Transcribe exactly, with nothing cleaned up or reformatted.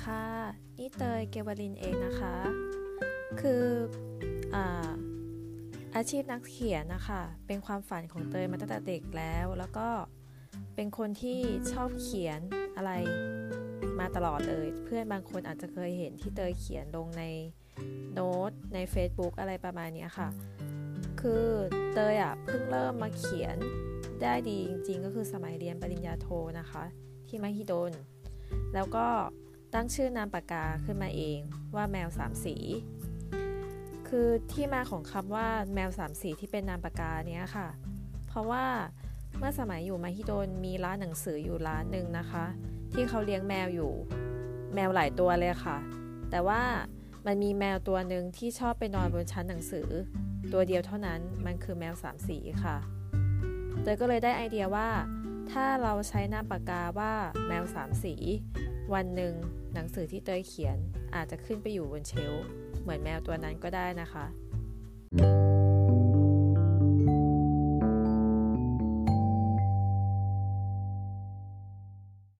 ค่ะนี่เตยเกวลินเองนะคะคืออาอาชีพนักเขียนนะคะเป็นความฝันของเตยมาตั้งแต่เด็กแล้วแล้วก็เป็นคนที่ชอบเขียนอะไรมาตลอดเลยเพื่อนบางคนอาจจะเคยเห็นที่เตยเขียนลงในโน้ตใน Facebook อะไรประมาณนี้ค่ะคือเตยอ่ะเพิ่งเริ่มมาเขียนได้ดีจริงๆก็คือสมัยเรียนปริญญาโทนะคะที่มหิดลแล้วก็ตั้งชื่อนามปากกาขึ้นมาเองว่าแมวสามสีคือที่มาของคำว่าแมวสามสีที่เป็นนามปากกาเนี้ยค่ะเพราะว่าเมื่อสมัยอยู่มหิดลมีร้านหนังสืออยู่ร้านหนึ่งนะคะที่เขาเลี้ยงแมวอยู่แมวหลายตัวเลยค่ะแต่ว่ามันมีแมวตัวหนึ่งที่ชอบไปนอนบนชั้นหนังสือตัวเดียวเท่านั้นมันคือแมวสามสีค่ะเตยก็เลยได้ไอเดียว่าถ้าเราใช้นามปากกาว่าแมวสามสีวันหนึ่งหนังสือที่เตยเขียนอาจจะขึ้นไปอยู่บนเชลฟ์เหมือนแมวตัวนั้นก็ได้นะคะ